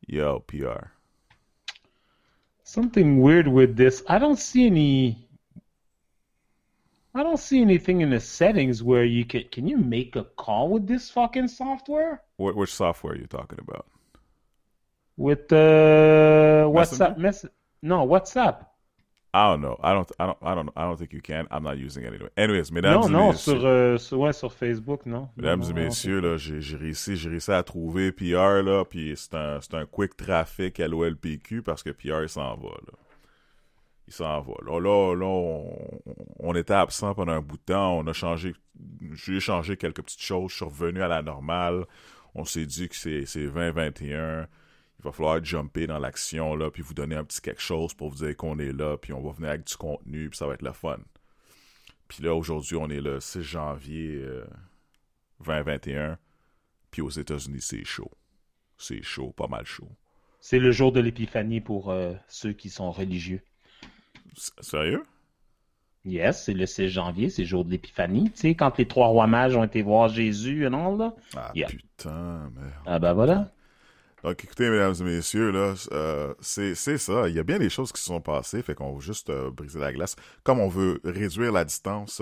Yo, PR. Something weird with this. I don't see anything in the settings where can you make a call with this fucking software? Which software are you talking about? With WhatsApp Messenger? message? No, WhatsApp. I don't know. I don't think you can. I'm not using it anyway. Anyways, Non, non, sur Facebook, non. Non, mesdames et non, I don't think messieurs, so. là, j'ai réussi à trouver PR, là, puis c'est un quick traffic à l'OLPQ parce que PR, il s'en va, là. Il s'en va. On était absent pendant un bout de temps. J'ai changé quelques petites choses. Je suis revenu à la normale. On s'est dit que c'est 2021. Il va falloir jumper dans l'action, là, puis vous donner un petit quelque chose pour vous dire qu'on est là, puis on va venir avec du contenu, puis ça va être le fun. Puis là, aujourd'hui, on est le 6 janvier 2021, puis aux États-Unis, c'est chaud. C'est chaud, pas mal chaud. C'est le jour de l'épiphanie pour ceux qui sont religieux. Sérieux? Yes, c'est le 6 janvier, c'est le jour de l'épiphanie. Tu sais, quand les trois rois mages ont été voir Jésus, non, là? Ah, Yeah. putain, merde. Ah ben voilà. Donc, écoutez, mesdames et messieurs, là, c'est ça. Il y a bien des choses qui se sont passées, fait qu'on va juste briser la glace. Comme on veut réduire la distance,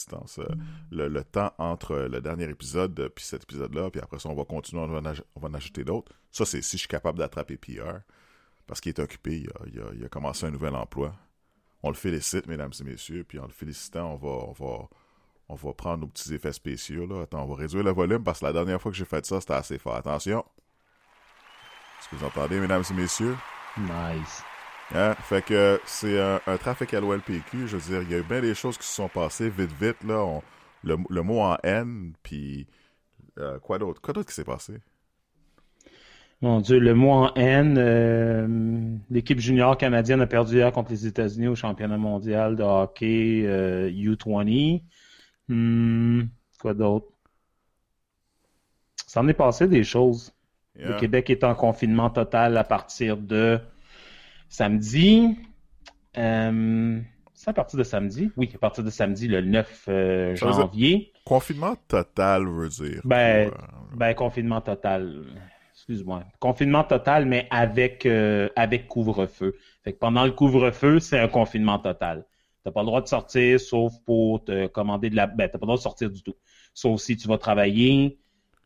le temps entre le dernier épisode puis cet épisode-là, puis après ça, on va continuer, on va en ajouter d'autres. Ça, c'est si je suis capable d'attraper PR, parce qu'il est occupé, il a commencé un nouvel emploi. On le félicite, mesdames et messieurs, puis en le félicitant, on va prendre nos petits effets spéciaux, là. Attends, on va réduire le volume, parce que la dernière fois que j'ai fait ça, c'était assez fort. Attention! Est-ce que vous entendez, mesdames et messieurs? Nice. Hein? Fait que c'est un trafic à l'OLPQ. Je veux dire, il y a eu bien des choses qui se sont passées vite, vite. Là, le mot en haine, puis quoi d'autre? Quoi d'autre qui s'est passé? Mon Dieu, le mot en haine. L'équipe junior canadienne a perdu hier contre les États-Unis au championnat mondial de hockey U20. Quoi d'autre? Ça en est passé des choses. Le Yeah. Québec est en confinement total à partir de samedi. C'est à partir de samedi? Oui, à partir de samedi, le 9 Ça veut dire, janvier. confinement total veut dire Ben, quoi? confinement total. Excuse-moi. Confinement total, mais avec couvre-feu. Fait que pendant le couvre-feu, c'est un confinement total. T'as pas le droit de sortir, sauf pour te commander Ben, t'as pas le droit de sortir du tout. Sauf si tu vas travailler,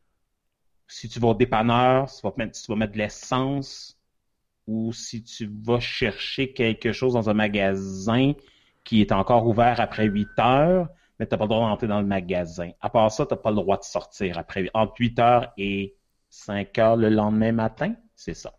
si tu vas au dépanneur, si tu vas mettre de l'essence, ou si tu vas chercher quelque chose dans un magasin qui est encore ouvert après 8 heures, mais t'as pas le droit d'entrer dans le magasin. À part ça, t'as pas le droit de sortir entre 8 heures et 5 heures le lendemain matin. C'est ça.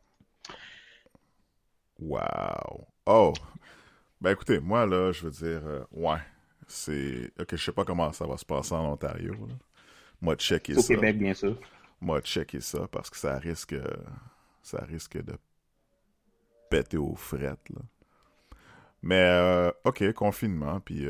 Wow. Oh. Ben écoutez, moi là, je veux dire, ouais. Ok, je sais pas comment ça va se passer en Ontario, là. Moi, checker Au ça. Québec, bien sûr. Moi, checker ça parce que ça risque de péter aux frettes, là. Mais, ok, confinement, puis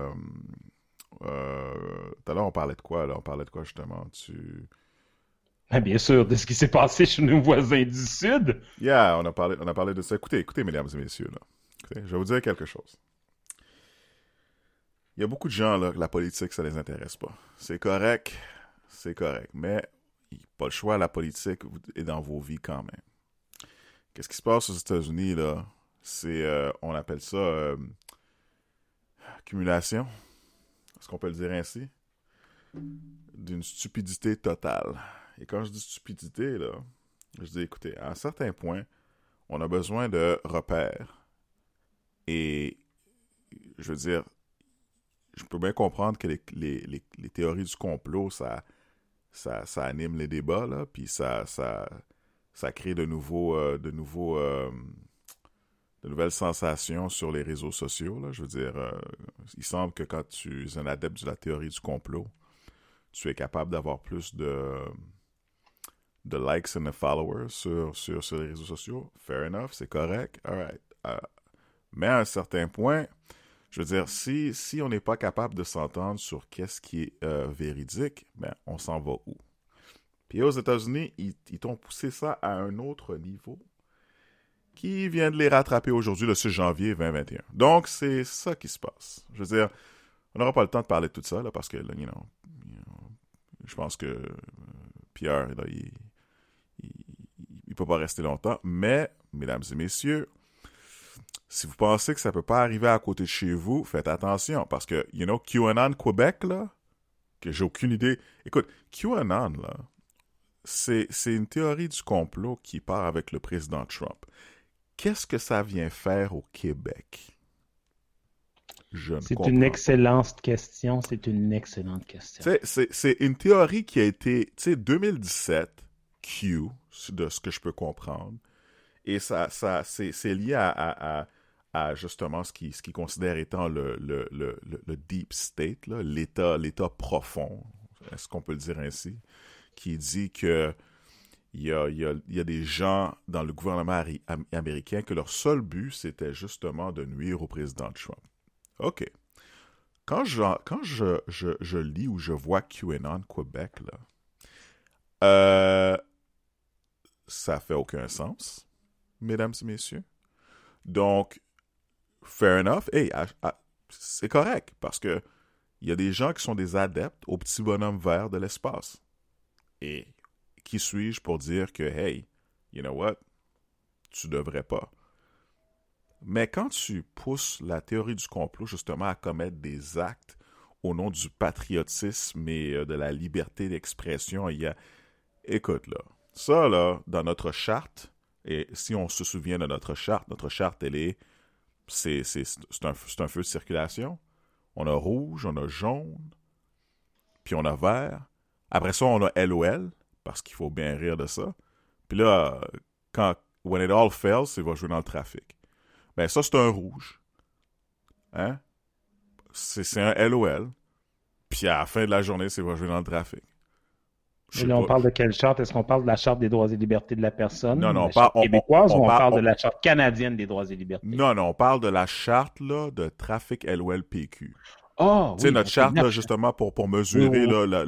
tout à l'heure, on parlait de quoi, là? On parlait de quoi, justement? Ah, bien sûr, de ce qui s'est passé chez nos voisins du Sud. Yeah, on a parlé de ça. Écoutez, écoutez, mesdames et messieurs, là. Écoutez, je vais vous dire quelque chose. Il y a beaucoup de gens, là, que la politique, ça les intéresse pas. C'est correct, mais pas le choix, la politique est dans vos vies quand même. Qu'est-ce qui se passe aux États-Unis, là? On appelle ça accumulation, est-ce qu'on peut le dire ainsi? D'une stupidité totale. Et quand je dis stupidité, là, je dis, écoutez, à un certain point, on a besoin de repères. Et, je veux dire, je peux bien comprendre que les théories du complot, ça anime les débats, là, puis ça crée de nouvelles sensations sur les réseaux sociaux, là. Je veux dire, il semble que quand tu es un adepte de la théorie du complot, tu es capable d'avoir plus de likes and de followers sur les réseaux sociaux. Fair enough, c'est correct. Alright. Mais à un certain point, je veux dire, si on n'est pas capable de s'entendre sur qu'est-ce qui est véridique, ben, on s'en va où? Puis aux États-Unis, ils t'ont poussé ça à un autre niveau qui vient de les rattraper aujourd'hui, le 6 janvier 2021. Donc, c'est ça qui se passe. Je veux dire, on n'aura pas le temps de parler de tout ça, là, parce que, là, je pense que Pierre, là, il peut pas rester longtemps. Mais, mesdames et messieurs, si vous pensez que ça peut pas arriver à côté de chez vous, faites attention. Parce que, QAnon Québec, là, que j'ai aucune idée. Écoute, QAnon, là, c'est une théorie du complot qui part avec le président Trump. Qu'est-ce que ça vient faire au Québec? Je ne C'est comprends une pas. excellente question. C'est une excellente question. C'est une théorie qui a été, 2017, Q, de ce que je peux comprendre. Et c'est lié à justement ce qu'il considère étant le deep state, là, l'état profond, est-ce qu'on peut le dire ainsi, qui dit que il y a des gens dans le gouvernement américain que leur seul but, c'était justement de nuire au président Trump. OK. Quand je lis ou je vois QAnon Québec, là, ça fait aucun sens, mesdames et messieurs. Donc, fair enough. Hey, c'est correct, parce que il y a des gens qui sont des adeptes au petit bonhomme vert de l'espace. Et qui suis-je pour dire que, hey, you know what, tu devrais pas. Mais quand tu pousses la théorie du complot justement à commettre des actes au nom du patriotisme et de la liberté d'expression, écoute, là, ça, là, dans notre charte, et si on se souvient de notre charte, elle c'est un feu de circulation. On a rouge, on a jaune, puis on a vert. Après ça, on a LOL, parce qu'il faut bien rire de ça. Puis là, when it all fails, il va jouer dans le trafic. Ben ça, c'est un rouge. Hein? C'est un LOL. Puis à la fin de la journée, c'est va jouer dans le trafic. Et là, on parle de quelle charte? Est-ce qu'on parle de la Charte des droits et libertés de la personne? Non, la charte québécoise, ou on parle de la Charte canadienne des droits et libertés? Non, on parle de la charte là, de trafic LOL-PQ. Oh, tu sais, oui, notre charte, là, justement, pour mesurer oui. Là,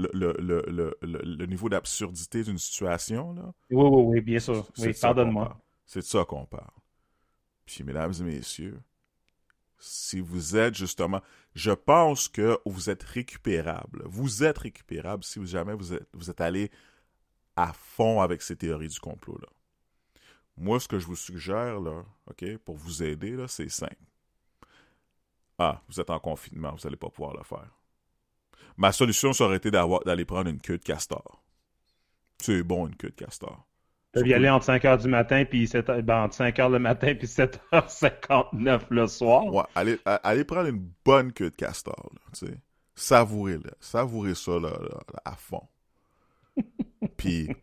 le niveau d'absurdité d'une situation. Là, oui, bien sûr. Oui, pardonne-moi. C'est de ça qu'on parle. Puis, mesdames et messieurs, si vous êtes justement... Je pense que vous êtes récupérable. Vous êtes récupérable si jamais vous êtes allé à fond avec ces théories du complot-là. Moi, ce que je vous suggère, là, OK, pour vous aider, là, c'est simple. Ah, vous êtes en confinement, vous n'allez pas pouvoir le faire. Ma solution, ça aurait été d'aller prendre une queue de castor. C'est bon, une queue de castor. Tu peux y aller entre 5h du matin, puis entre 5h le matin, puis 7h59 le soir. Ouais, allez prendre une bonne queue de castor, là, tu sais. Savourez-le. Savourez ça, là, à fond. Puis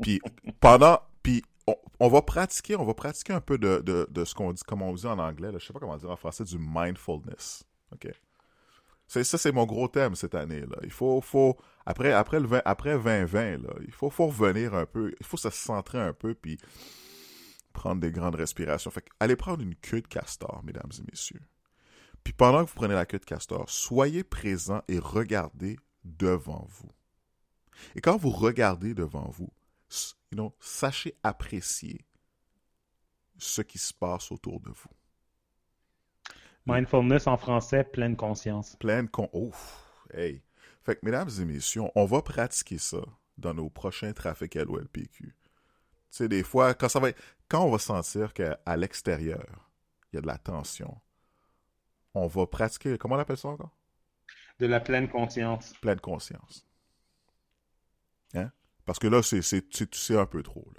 on va pratiquer un peu de ce qu'on dit, comme on dit en anglais, là, je sais pas comment dire en français, du mindfulness. OK? Ça, c'est mon gros thème cette année, là. Il faut après 2020, là, il faut revenir un peu, il faut se centrer un peu, puis prendre des grandes respirations. Fait que, allez prendre une queue de castor, mesdames et messieurs. Puis pendant que vous prenez la queue de castor, soyez présents et regardez devant vous. Et quand vous regardez devant vous, sachez apprécier ce qui se passe autour de vous. Mindfulness en français, pleine conscience. Hey. Fait que, mesdames et messieurs, on va pratiquer ça dans nos prochains trafics LOLPQ. Tu sais, des fois, quand on va sentir qu'à l'extérieur, il y a de la tension, on va pratiquer, comment on appelle ça encore? De la pleine conscience. Pleine conscience. Hein? Parce que là, c'est un peu trop, là.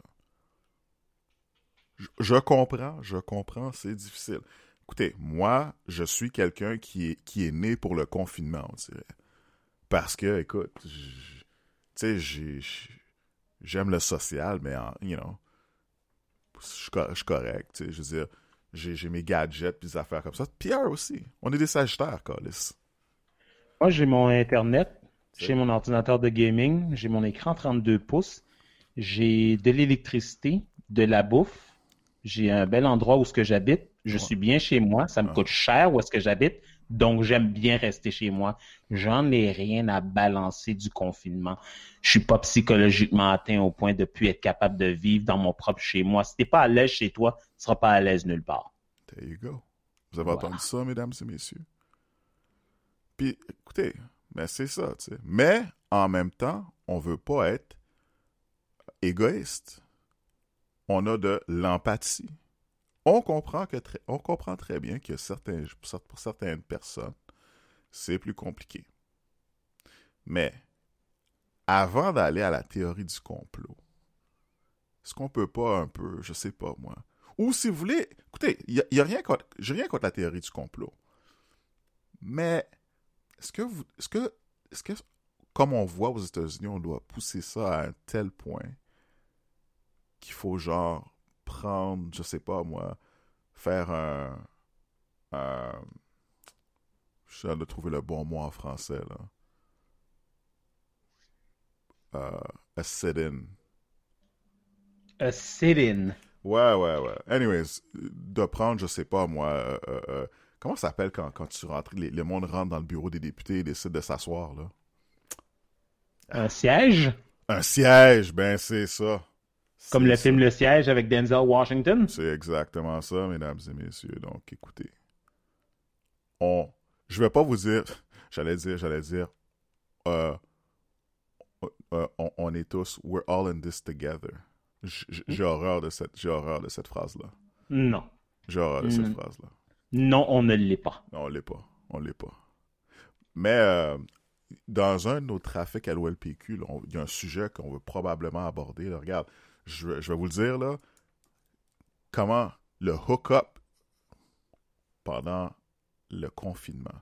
Je comprends, c'est difficile. Écoutez, moi, je suis quelqu'un qui est né pour le confinement, on dirait. Parce que, écoute, tu sais, j'aime le social, mais, je suis correct, tu sais, je veux dire, j'ai mes gadgets puis des affaires comme ça. Pierre aussi. On est des sagittaires, Calis. Moi, j'ai mon Internet, j'ai mon ordinateur de gaming, j'ai mon écran 32 pouces, j'ai de l'électricité, de la bouffe, j'ai un bel endroit où ce que j'habite, je suis bien chez moi, ça me coûte cher où est-ce que j'habite, donc j'aime bien rester chez moi. J'en ai rien à balancer du confinement. Je suis pas psychologiquement atteint au point de ne plus être capable de vivre dans mon propre chez moi. Si t'es pas à l'aise chez toi, tu seras pas à l'aise nulle part. There you go. Vous avez entendu ça, mesdames et messieurs? Puis, écoutez, ben c'est ça, tu sais. Mais, en même temps, on veut pas être égoïste. on a de l'empathie. On comprend très bien que pour certaines personnes, c'est plus compliqué. Mais, avant d'aller à la théorie du complot, est-ce qu'on peut pas un peu, je sais pas moi, ou si vous voulez, écoutez, j'ai rien contre la théorie du complot. Mais, est-ce que, comme on voit aux États-Unis, on doit pousser ça à un tel point qu'il faut genre prendre, je sais pas moi, faire je suis en train de trouver le bon mot en français, là. A sit-in. A sit-in. Ouais. Anyways, de prendre, je sais pas moi, comment ça s'appelle quand tu rentres, le monde rentre dans le bureau des députés et décide de s'asseoir, là? Un siège? Un siège, ben c'est ça. Comme le film Le Siège avec Denzel Washington? C'est exactement ça, mesdames et messieurs. Donc, écoutez. Je vais pas vous dire, j'allais dire, on est tous, we're all in this together. J'ai horreur de cette phrase-là. Non. J'ai horreur de cette phrase-là. Non, on ne l'est pas. Non, on l'est pas. Mais, dans un de nos trafics à l'OLPQ, il y a un sujet qu'on veut probablement aborder. Là. Regarde, je vais vous le dire, là. Comment le hook-up pendant le confinement.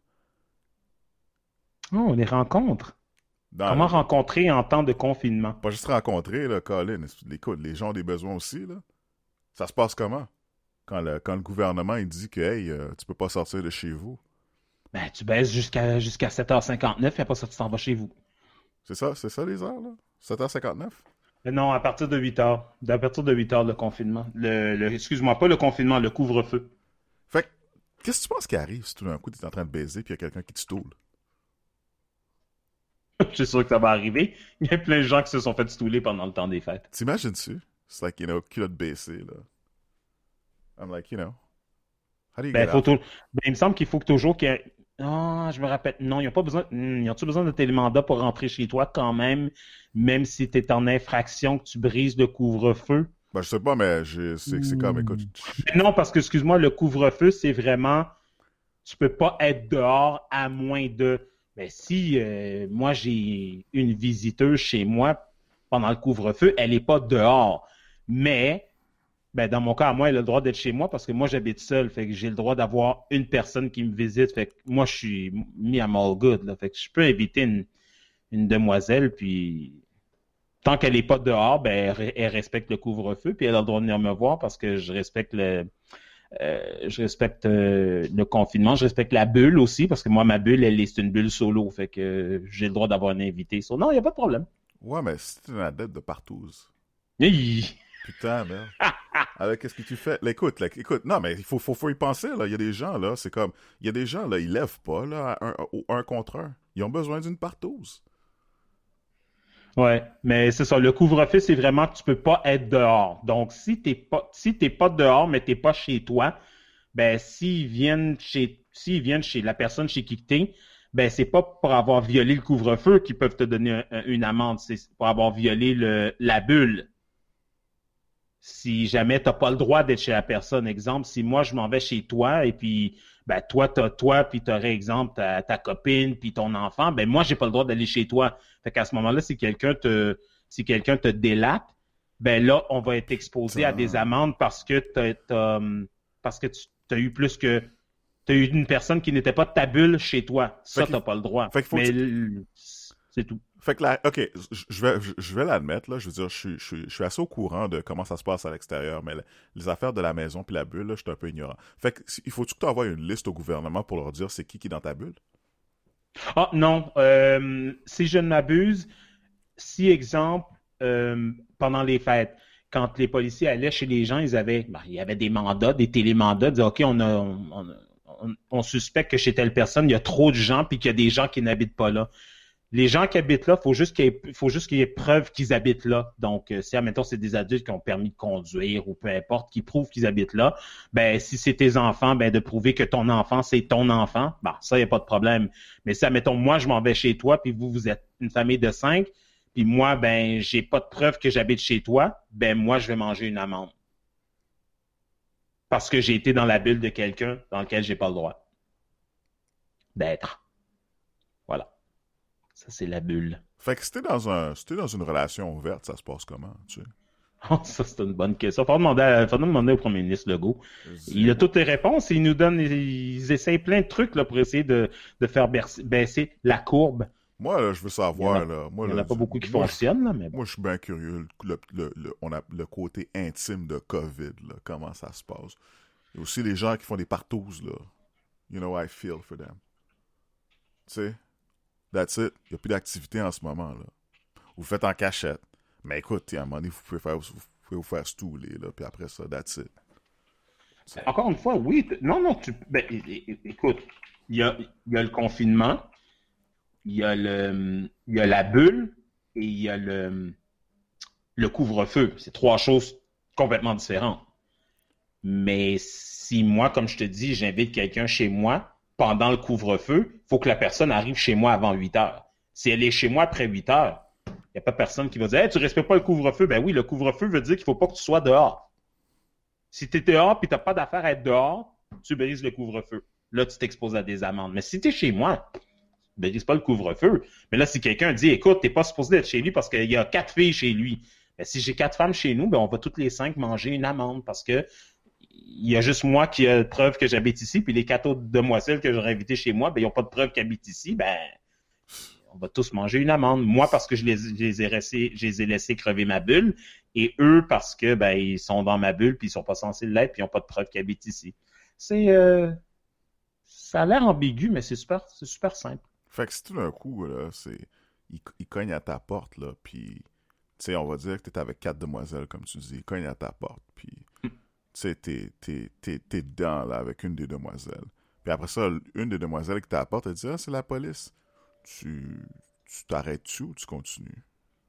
Oh, les rencontres. Comment rencontrer en temps de confinement? Pas juste rencontrer, là, Colin. Écoute, les gens ont des besoins aussi, là. Ça se passe comment? Quand le gouvernement il dit que, hey, tu peux pas sortir de chez vous. Ben, tu baisses jusqu'à 7h59 et après ça, tu t'en vas chez vous. C'est ça les heures, là? 7h59? Non, à partir de 8h. À partir de 8h, le confinement. Excuse-moi, pas le confinement, le couvre-feu. Fait que, qu'est-ce que tu penses qui arrive si tout d'un coup, tu es en train de baiser puis il y a quelqu'un qui te stoule? Je suis sûr que ça va arriver. Il y a plein de gens qui se sont fait stouler pendant le temps des fêtes. T'imagines-tu? C'est like, culotte baissée, là. I'm like, how do you Ben, get out? Il me semble qu'il faut que toujours qu'il y ait... Ah, je me rappelle. Non, ils n'ont pas besoin. Ils ont-tu besoin de télémandat pour rentrer chez toi quand même si tu es en infraction, que tu brises le couvre-feu? Ben, je sais pas, mais c'est comme, écoute... Non, parce que, excuse-moi, le couvre-feu, c'est vraiment... Tu peux pas être dehors à moins de... Ben, si moi, j'ai une visiteuse chez moi pendant le couvre-feu, elle n'est pas dehors. Mais... Ben, dans mon cas, à moi, elle a le droit d'être chez moi parce que moi, j'habite seul. Fait que j'ai le droit d'avoir une personne qui me visite. Fait que moi, je suis mis à all good, là. Fait que je peux inviter une demoiselle, puis tant qu'elle n'est pas dehors, ben, elle respecte le couvre-feu, puis elle a le droit de venir me voir parce que je respecte le confinement. Je respecte la bulle aussi parce que moi, ma bulle, c'est une bulle solo. Fait que j'ai le droit d'avoir un invité. Non, il n'y a pas de problème. Ouais, mais c'est une adepte de partouze. Hi! Putain, merde. Alors, qu'est-ce que tu fais? Là, écoute, non, mais il faut y penser, là. Il y a des gens, là, c'est comme, il y a des gens, là, ils lèvent pas, là, un contre un. Ils ont besoin d'une partouze. Ouais, mais c'est ça. Le couvre-feu, c'est vraiment que tu peux pas être dehors. Donc, si t'es pas dehors, mais t'es pas chez toi, ben, s'ils viennent chez la personne chez qui t'es, ben, c'est pas pour avoir violé le couvre-feu qu'ils peuvent te donner une amende. C'est pour avoir violé la bulle. Si jamais t'as pas le droit d'être chez la personne, exemple, si moi je m'en vais chez toi et puis ben toi puis t'aurais exemple ta copine puis ton enfant, ben moi j'ai pas le droit d'aller chez toi. Fait qu'à ce moment-là, si quelqu'un te délate, ben là on va être exposé à des amendes parce que tu as eu t'as eu une personne qui n'était pas de ta bulle chez toi. Ça t'as pas le droit. Mais c'est tout. Fait que là, OK, je vais l'admettre, là, je veux dire, je suis assez au courant de comment ça se passe à l'extérieur, mais les affaires de la maison puis la bulle, là, je suis un peu ignorant. Fait que, il faut-tu que tu envoies une liste au gouvernement pour leur dire c'est qui est dans ta bulle? Ah, non, si je ne m'abuse, si, exemple, pendant les fêtes, quand les policiers allaient chez les gens, il y avait des mandats, des télémandats, disaient, OK, on suspecte que chez telle personne, il y a trop de gens puis qu'il y a des gens qui n'habitent pas là. Les gens qui habitent là, faut juste qu'il y ait preuve qu'ils habitent là. Donc, si, admettons, c'est des adultes qui ont permis de conduire ou peu importe, qui prouvent qu'ils habitent là, ben, si c'est tes enfants, ben, de prouver que ton enfant, c'est ton enfant, ben, ça, il n'y a pas de problème. Mais si, admettons, moi, je m'en vais chez toi, puis vous êtes une famille de 5, puis moi, ben, j'ai pas de preuve que j'habite chez toi, ben, moi, je vais manger une amende. Parce que j'ai été dans la bulle de quelqu'un dans lequel j'ai pas le droit d'être. Voilà. Ça, c'est la bulle. Fait que si t'es dans une relation ouverte, ça se passe comment, tu sais? Oh, ça, c'est une bonne question. Faudrait demander au premier ministre Legault. Je Il dis, a toutes les réponses et ils essayent plein de trucs là, pour essayer de faire baisser la courbe. moi, là, je veux savoir, là, moi, Il n'y en là, a pas beaucoup qui moi, fonctionnent, là, mais bon. moi, je suis bien curieux, on a le côté intime de COVID, là, comment ça se passe. Il y a aussi les gens qui font des partous, là. You know, I feel for them. Tu sais, that's it. Il n'y a plus d'activité en ce moment, là. Vous faites en cachette. Mais écoute, à un moment donné, vous pouvez vous faire stouler, là, puis après ça, that's it. Encore une fois, oui. Non, écoute, il y a le confinement, il y a la bulle et il y a le couvre-feu. C'est trois choses complètement différentes. Mais si moi, comme je te dis, j'invite quelqu'un chez moi pendant le couvre-feu, il faut que la personne arrive chez moi avant 8 heures. Si elle est chez moi après 8 heures, il n'y a pas personne qui va dire hey, tu ne respectes pas le couvre-feu. Ben oui, le couvre-feu veut dire qu'il ne faut pas que tu sois dehors. Si tu es dehors et tu n'as pas d'affaire à être dehors, tu brises le couvre-feu. Là, tu t'exposes à des amendes. Mais si tu es chez moi, tu ne brises pas le couvre-feu. Mais là, si quelqu'un dit écoute, tu n'es pas supposé être chez lui parce qu'il y a 4 filles chez lui. Ben, si j'ai 4 femmes chez nous, ben, on va toutes les 5 manger une amende parce que il y a juste moi qui a preuve que j'habite ici, puis les 4 autres demoiselles que j'aurais invitées chez moi, ben, ils n'ont pas de preuve qu'ils habitent ici, ben, on va tous manger une amende. Moi, parce que je les ai laissés crever ma bulle, et eux, parce que, ben, ils sont dans ma bulle, puis ils sont pas censés l'être, puis ils n'ont pas de preuve qu'ils habitent ici. Ça a l'air ambigu, mais c'est super simple. Fait que si tout d'un coup, là, il cogne à ta porte, là, puis, tu sais, on va dire que t'es avec 4 demoiselles, comme tu dis, il cogne à ta porte, puis, tu sais, t'es dedans, là, avec une des demoiselles. Puis après ça, une des demoiselles qui t'apporte, elle dit, ah, c'est la police. Tu t'arrêtes-tu ou tu continues?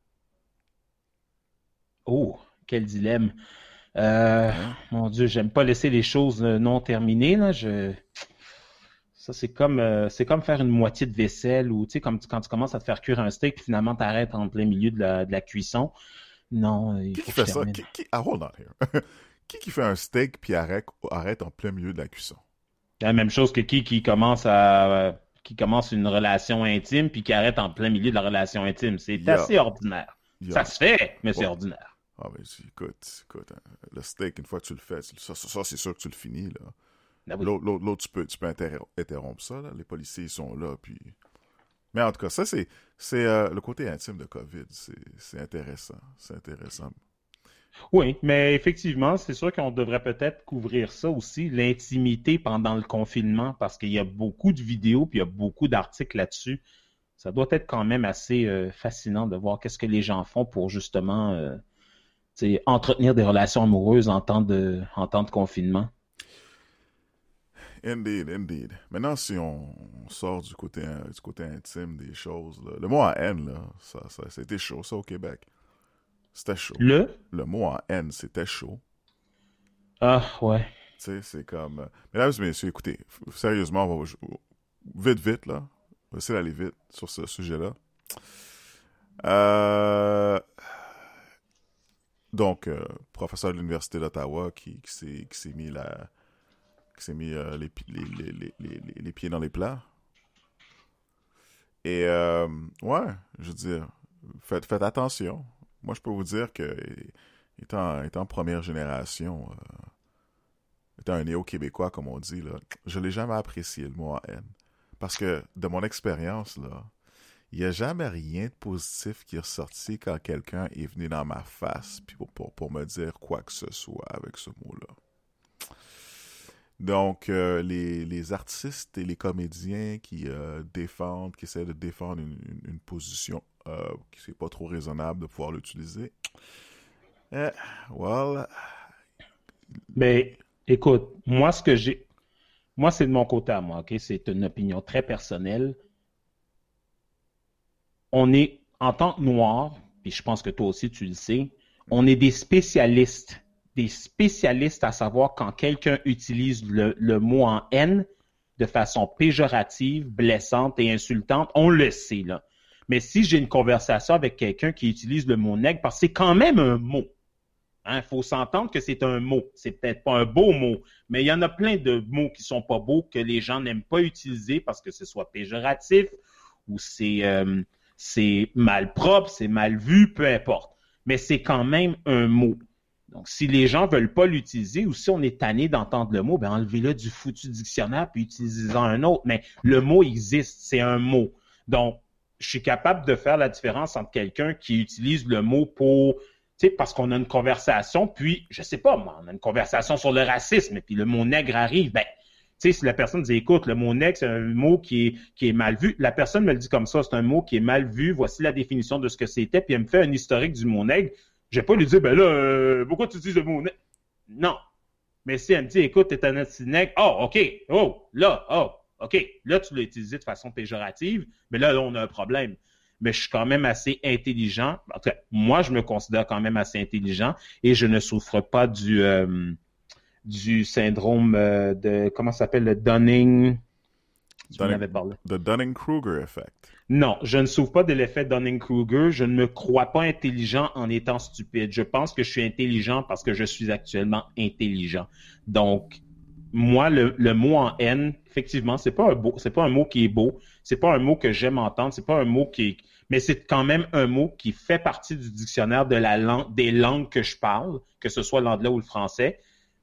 Oh, quel dilemme. Hein? Mon Dieu, j'aime pas laisser les choses non terminées, là. Ça, c'est comme faire une moitié de vaisselle ou, tu sais, comme quand tu commences à te faire cuire un steak puis finalement t'arrêtes en plein milieu de la cuisson. Non, il faut Qui que je fait ça? termine. Hold on here. Qui fait un steak puis arrête en plein milieu de la cuisson? La même chose que qui commence une relation intime puis qui arrête en plein milieu de la relation intime. C'est Yeah, assez ordinaire. yeah. Ça se fait, mais c'est Ouais. ordinaire. Ah, mais écoute, hein, le steak, une fois que tu le fais, ça, c'est sûr que tu le finis, là. Ah oui. L'autre, tu peux interrompre ça, là. Les policiers, ils sont là, puis... Mais en tout cas, ça, c'est le côté intime de COVID. C'est intéressant. C'est intéressant. Oui, mais effectivement, c'est sûr qu'on devrait peut-être couvrir ça aussi, l'intimité pendant le confinement, parce qu'il y a beaucoup de vidéos puis il y a beaucoup d'articles là-dessus. Ça doit être quand même assez fascinant de voir qu'est-ce que les gens font pour justement tu sais, entretenir des relations amoureuses en temps de confinement. Indeed, indeed. Maintenant, si on sort du côté intime des choses, là, le mot en haine, là, c'était chaud, ça, au Québec. C'était chaud. Le? Le mot en haine, c'était chaud. Ah, ouais. Tu sais, c'est comme... Mesdames et messieurs, écoutez, sérieusement, vite, là. On va essayer d'aller vite sur ce sujet-là. Donc, professeur de l'Université d'Ottawa qui s'est mis les pieds dans les plats. Et, ouais, je veux dire, faites attention. Moi, je peux vous dire que, étant première génération, étant un néo-québécois, comme on dit, là, je l'ai jamais apprécié, le mot en haine. Parce que, de mon expérience, là, il n'y a jamais rien de positif qui est ressorti quand quelqu'un est venu dans ma face pour me dire quoi que ce soit avec ce mot-là. Donc, les artistes et les comédiens qui essaient de défendre une position qui c'est pas trop raisonnable de pouvoir l'utiliser, well... Mais écoute, moi, c'est de mon côté à moi, ok? C'est une opinion très personnelle. On est, en tant que Noirs, puis je pense que toi aussi tu le sais, on est des spécialistes à savoir quand quelqu'un utilise le mot en haine de façon péjorative, blessante et insultante, on le sait, là. Mais si j'ai une conversation avec quelqu'un qui utilise le mot nègre, parce que c'est quand même un mot. Il faut s'entendre que c'est un mot. C'est peut-être pas un beau mot, mais il y en a plein de mots qui sont pas beaux que les gens n'aiment pas utiliser parce que ce soit péjoratif ou c'est mal propre, c'est mal vu, peu importe. Mais c'est quand même un mot. Donc, si les gens veulent pas l'utiliser ou si on est tanné d'entendre le mot, ben enlevez-le du foutu dictionnaire puis utilisez-en un autre. Mais le mot existe, c'est un mot. Donc, je suis capable de faire la différence entre quelqu'un qui utilise le mot pour parce qu'on a une conversation, puis, je sais pas, on a une conversation sur le racisme, et puis le mot nègre arrive, si la personne dit, écoute, le mot nègre, c'est un mot qui est mal vu, la personne me le dit comme ça, c'est un mot qui est mal vu, voici la définition de ce que c'était, puis elle me fait un historique du mot nègre, je vais pas lui dire, pourquoi tu utilises le mot nègre? Non. Mais si elle me dit, écoute, t'es un anti-nègre, OK, OK, là, tu l'as utilisé de façon péjorative, mais là, on a un problème. Mais je suis quand même assez intelligent. En tout cas, moi, je me considère quand même assez intelligent et je ne souffre pas du syndrome de, comment ça s'appelle, le Dunning... Tu m'en avais parlé. The Dunning-Kruger effect. Non, je ne souffre pas de l'effet Dunning-Kruger. Je ne me crois pas intelligent en étant stupide. Je pense que je suis intelligent parce que je suis actuellement intelligent. Donc, moi, le mot en haine, effectivement, c'est pas un mot qui est beau. C'est pas un mot que j'aime entendre. C'est pas un mot mais c'est quand même un mot qui fait partie du dictionnaire de des langues que je parle, que ce soit l'anglais ou le français.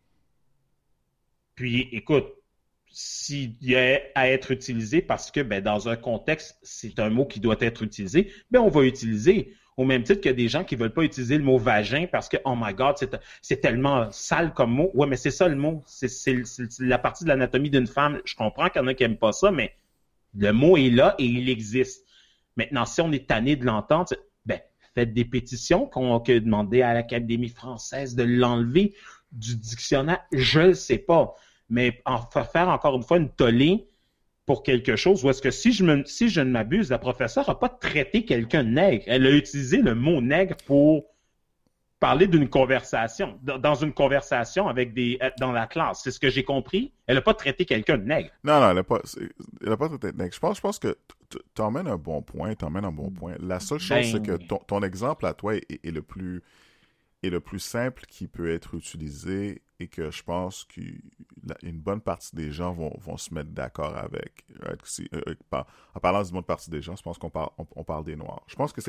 Puis, écoute, s'il y a à être utilisé parce que, dans un contexte, c'est un mot qui doit être utilisé, on va utiliser. Au même titre qu'il y a des gens qui veulent pas utiliser le mot vagin parce que, oh my God, c'est tellement sale comme mot. Ouais, mais c'est ça le mot. C'est la partie de l'anatomie d'une femme. Je comprends qu'il y en a qui aiment pas ça, mais le mot est là et il existe. Maintenant, si on est tanné de l'entendre, faites des pétitions qu'on a demandé à l'Académie française de l'enlever du dictionnaire. Je ne sais pas. Mais faire encore une fois une tollée pour quelque chose, ou est-ce que si je ne m'abuse, la professeure n'a pas traité quelqu'un de nègre. Elle a utilisé le mot nègre pour parler d'une conversation, dans une conversation dans la classe. C'est ce que j'ai compris. Elle n'a pas traité quelqu'un de nègre. Non, elle n'a pas traité de nègre. Je pense que tu emmènes un bon point. La seule chose, c'est que ton exemple à toi est le plus simple qui peut être utilisé et que je pense qu'une bonne partie des gens vont se mettre d'accord avec. En parlant d'une bonne partie des gens, je pense qu'on parle des Noirs. Je pense que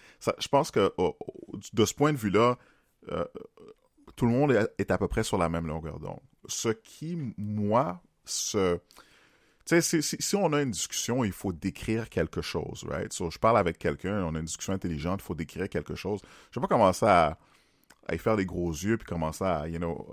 de ce point de vue-là, tout le monde est à peu près sur la même longueur d'onde. Ce qui, moi, tu sais, si on a une discussion, il faut décrire quelque chose, right? So, je parle avec quelqu'un, on a une discussion intelligente, il faut décrire quelque chose. Je ne vais pas commencer à y faire des gros yeux puis commencer à,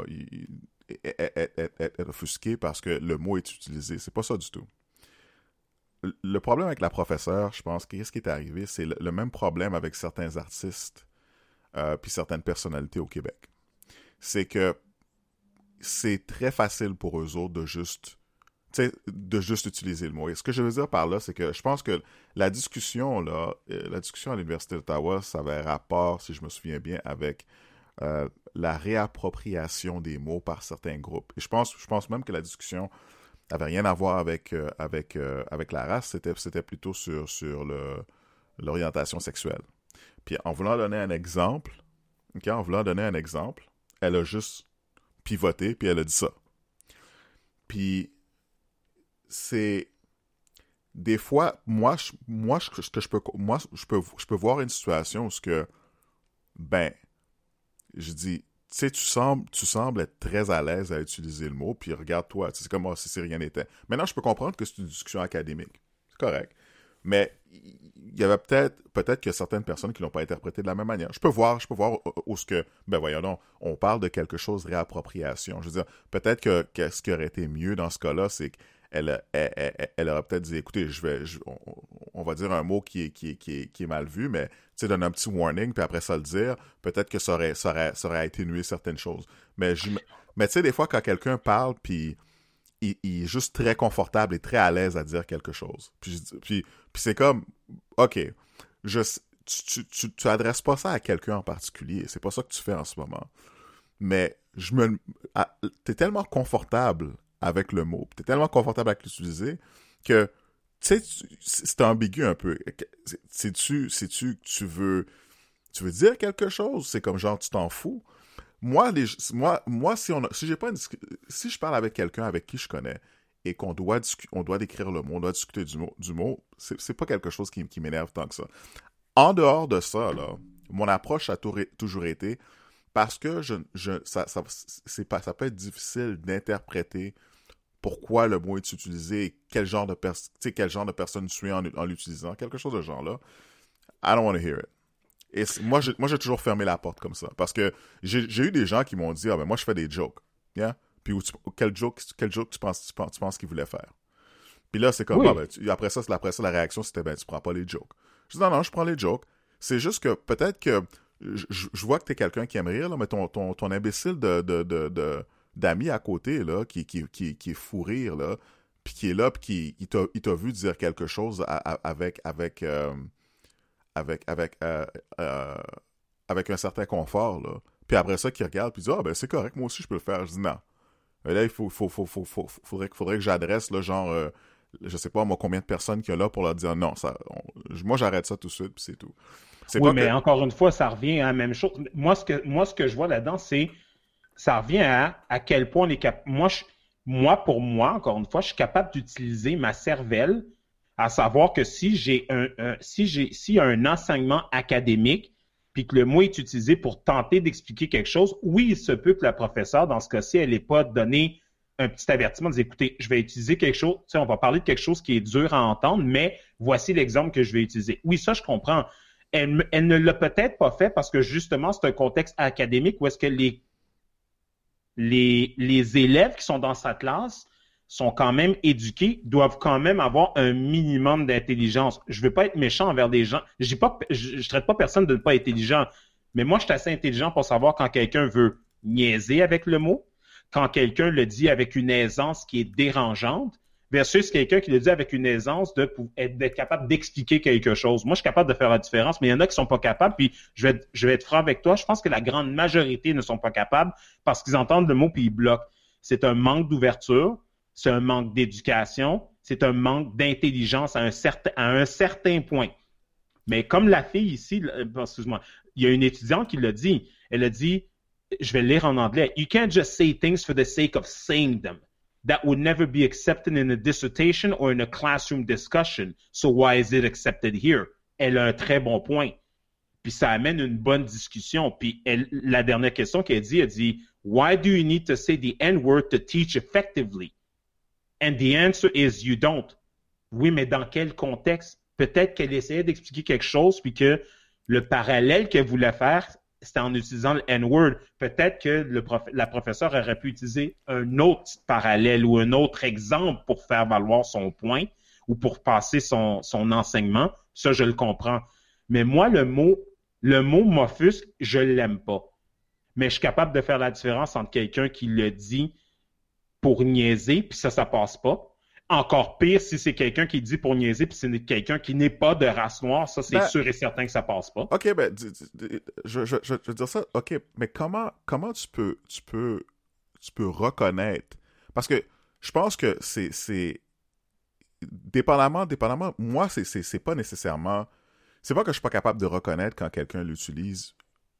être offusqué parce que le mot est utilisé. C'est pas ça du tout. Le problème avec la professeure, je pense, qu'est-ce qui est arrivé, c'est le même problème avec certains artistes puis certaines personnalités au Québec. C'est que c'est très facile pour eux autres de juste utiliser le mot. Et ce que je veux dire par là, c'est que je pense que la discussion à l'Université d'Ottawa, ça avait rapport, si je me souviens bien, avec la réappropriation des mots par certains groupes. Et je pense même que la discussion n'avait rien à voir avec la race, c'était plutôt sur l'orientation sexuelle. Puis en voulant donner un exemple, elle a juste pivoté, puis elle a dit ça. Puis c'est des fois, je peux voir une situation où je dis, tu sais, tu sembles être très à l'aise à utiliser le mot, puis regarde-toi, c'est comme si rien n'était. Maintenant, je peux comprendre que c'est une discussion académique. C'est correct. Mais il y avait peut-être qu'il y a certaines personnes qui l'ont pas interprété de la même manière. Je peux voir où ce que, voyons donc, on parle de quelque chose de réappropriation. Je veux dire, peut-être que ce qui aurait été mieux dans ce cas-là, c'est qu'elle aurait peut-être dit, écoutez, on va dire un mot qui est mal vu, mais tu sais, donner un petit warning, puis après ça le dire, peut-être que ça aurait atténué certaines choses. Mais tu sais, des fois, quand quelqu'un parle, puis il est juste très confortable et très à l'aise à dire quelque chose. Puis c'est comme, OK, tu adresses pas ça à quelqu'un en particulier. C'est pas ça que tu fais en ce moment. Mais t'es tellement confortable avec le mot, t'es tellement confortable avec l'utiliser que sais, c'est ambigu un peu. Sais-tu que tu veux dire quelque chose? C'est comme genre, tu t'en fous? Moi, si je parle avec quelqu'un avec qui je connais et qu'on doit on doit décrire le mot, on doit discuter du mot, c'est pas quelque chose qui m'énerve tant que ça. En dehors de ça, là, mon approche a toujours été parce que ça peut être difficile d'interpréter pourquoi le mot est utilisé et quel genre de personne tu es en l'utilisant, quelque chose de ce genre-là. I don't want to hear it. Et moi, j'ai toujours fermé la porte comme ça. Parce que j'ai eu des gens qui m'ont dit, ah ben moi, je fais des jokes. Yeah? Puis quel joke tu penses qu'ils voulaient faire? Puis là, c'est comme, Oui. ah ben, après ça, la réaction, c'était, ben, tu prends pas les jokes. Je dis, non, je prends les jokes. C'est juste que peut-être que je vois que t'es quelqu'un qui aime rire, là, mais ton imbécile d'ami à côté, là, qui est fou rire, là, puis qui est là, puis il t'a vu dire quelque chose avec un certain confort, là. Puis après ça, qui regarde, puis dit, ah, ben, c'est correct, moi aussi, je peux le faire. Je dis, non. Et là, faudrait que j'adresse, là, genre, je sais pas, moi, combien de personnes qu'il y a là pour leur dire, non, moi, j'arrête ça tout de suite, puis c'est tout. Oui, mais encore une fois, ça revient à la même chose. Moi, ce que je vois là-dedans, ça revient à quel point on est capable. Pour moi, encore une fois, je suis capable d'utiliser ma cervelle, à savoir que si j'ai s'il y a un enseignement académique, puis que le mot est utilisé pour tenter d'expliquer quelque chose, oui, il se peut que la professeure, dans ce cas-ci, elle n'ait pas donné un petit avertissement, de dire, écoutez, je vais utiliser quelque chose, tu sais, on va parler de quelque chose qui est dur à entendre, mais voici l'exemple que je vais utiliser. Oui, ça, je comprends. Elle ne l'a peut-être pas fait parce que justement, c'est un contexte académique où est-ce que les élèves qui sont dans sa classe sont quand même éduqués, doivent quand même avoir un minimum d'intelligence. Je veux pas être méchant envers des gens. Je traite pas personne de ne pas être intelligent. Mais moi, je suis assez intelligent pour savoir quand quelqu'un veut niaiser avec le mot, quand quelqu'un le dit avec une aisance qui est dérangeante, versus quelqu'un qui le dit avec une aisance d'être capable d'expliquer quelque chose. Moi, je suis capable de faire la différence, mais il y en a qui sont pas capables, puis je vais être franc avec toi, je pense que la grande majorité ne sont pas capables parce qu'ils entendent le mot puis ils bloquent. C'est un manque d'ouverture, c'est un manque d'éducation, c'est un manque d'intelligence à un certain point. Mais comme la fille ici, excuse-moi, il y a une étudiante qui l'a dit, elle a dit, je vais le lire en anglais, You can't just say things for the sake of saying them. That would never be accepted in a dissertation or in a classroom discussion. So why is it accepted here? Elle a un très bon point. Puis ça amène une bonne discussion. Puis la dernière question qu'elle dit, elle dit, Why do you need to say the N-word to teach effectively? And the answer is you don't. Oui, mais dans quel contexte? Peut-être qu'elle essayait d'expliquer quelque chose, puis que le parallèle qu'elle voulait faire, c'était en utilisant le N-word. Peut-être que la professeure aurait pu utiliser un autre parallèle ou un autre exemple pour faire valoir son point ou pour passer son enseignement. Ça, je le comprends. Mais moi, le mot m'offusque, je l'aime pas. Mais je suis capable de faire la différence entre quelqu'un qui le dit pour niaiser, puis ça passe pas. Encore pire si c'est quelqu'un qui dit pour niaiser, puis c'est quelqu'un qui n'est pas de race noire, ça c'est sûr et certain que ça passe pas. Ok, ben, je veux dire ça, ok, mais comment tu peux reconnaître, parce que je pense que c'est dépendamment, moi c'est pas nécessairement, c'est pas que je suis pas capable de reconnaître quand quelqu'un l'utilise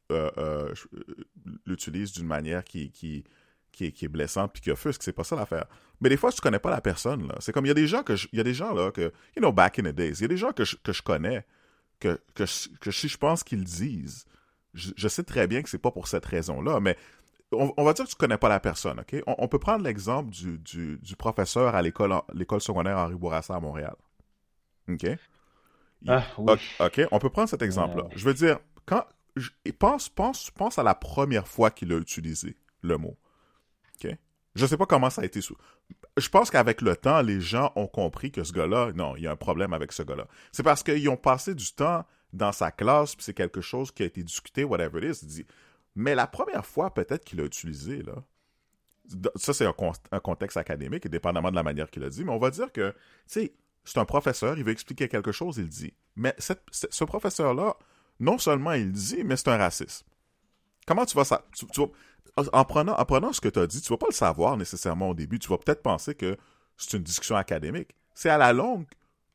d'une manière qui est blessante puis qui offusque, c'est pas ça l'affaire. Mais des fois, si tu connais pas la personne, là, c'est comme, il y a des gens là, que, you know, back in the days, il y a des gens que je connais, que si je pense qu'ils disent, je sais très bien que c'est pas pour cette raison-là, mais on va dire que tu connais pas la personne, ok? On peut prendre l'exemple du professeur à l'école secondaire Henri Bourassa à Montréal. Ok? Oui. Ok, on peut prendre cet exemple-là. Je veux dire, pense à la première fois qu'il a utilisé le mot. Okay? Je sais pas comment ça a été Je pense qu'avec le temps, les gens ont compris que ce gars-là, non, il y a un problème avec ce gars-là. C'est parce qu'ils ont passé du temps dans sa classe, puis c'est quelque chose qui a été discuté, whatever it is. Mais la première fois, peut-être qu'il a utilisé, là, ça c'est un contexte académique, et dépendamment de la manière qu'il a dit, mais on va dire que, tu sais, c'est un professeur, il veut expliquer quelque chose, il dit. Mais ce professeur-là, non seulement il dit, mais c'est un raciste. Comment tu vas ça? En prenant ce que tu as dit, tu vas pas le savoir nécessairement au début. Tu vas peut-être penser que c'est une discussion académique. C'est à la longue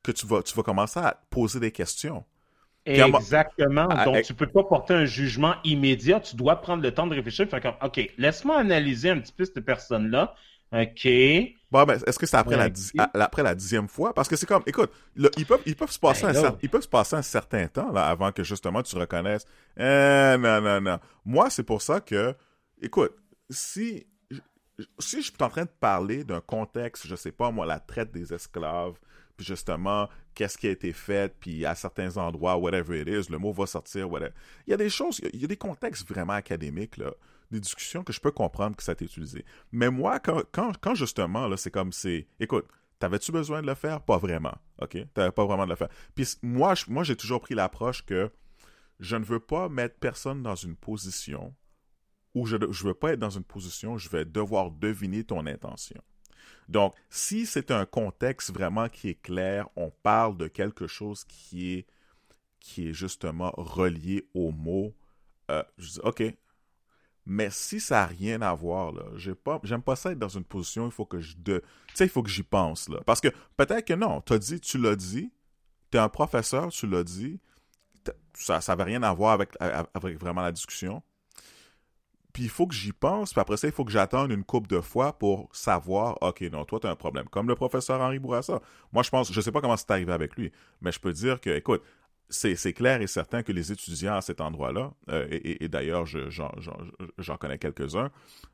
que tu vas commencer à poser des questions. Exactement. Donc, tu peux pas porter un jugement immédiat. Tu dois prendre le temps de réfléchir. Faire comme, OK, laisse-moi analyser un petit peu cette personne-là. OK. Bon, ben, est-ce que c'est après OK. après la 10e fois? Parce que c'est comme, écoute, ils peuvent se passer Ben là, ils peuvent se passer un certain temps, là, avant que, justement, tu reconnaisses. Non, non, non. Moi, c'est pour ça que, écoute, si je suis en train de parler d'un contexte, je sais pas, moi, la traite des esclaves, puis justement, qu'est-ce qui a été fait, puis à certains endroits, whatever it is, le mot va sortir, whatever. Il y a des choses, il y a des contextes vraiment académiques, là, des discussions que je peux comprendre que ça a été utilisé. Mais moi, quand justement, là, écoute, t'avais-tu besoin de le faire? Pas vraiment, OK? T'avais pas vraiment de le faire. Puis moi, j'ai toujours pris l'approche que je ne veux pas mettre personne dans une position où je ne veux pas être dans une position où je vais devoir deviner ton intention. Donc, si c'est un contexte vraiment qui est clair, on parle de quelque chose qui est justement relié au mot, je dis OK. Mais si ça n'a rien à voir, là, j'aime pas ça être dans une position, il faut que il faut que j'y pense, là. Parce que peut-être que non, tu l'as dit, t'es un professeur, tu l'as dit, ça n'avait rien à voir avec vraiment la discussion. Puis il faut que j'y pense, puis après ça, il faut que j'attende une couple de fois pour savoir, OK, non, toi, tu as un problème. Comme le professeur Henri Bourassa. Moi, je sais pas comment c'est arrivé avec lui, mais je peux dire que, écoute, c'est clair et certain que les étudiants à cet endroit-là, et d'ailleurs, j'en connais quelques-uns,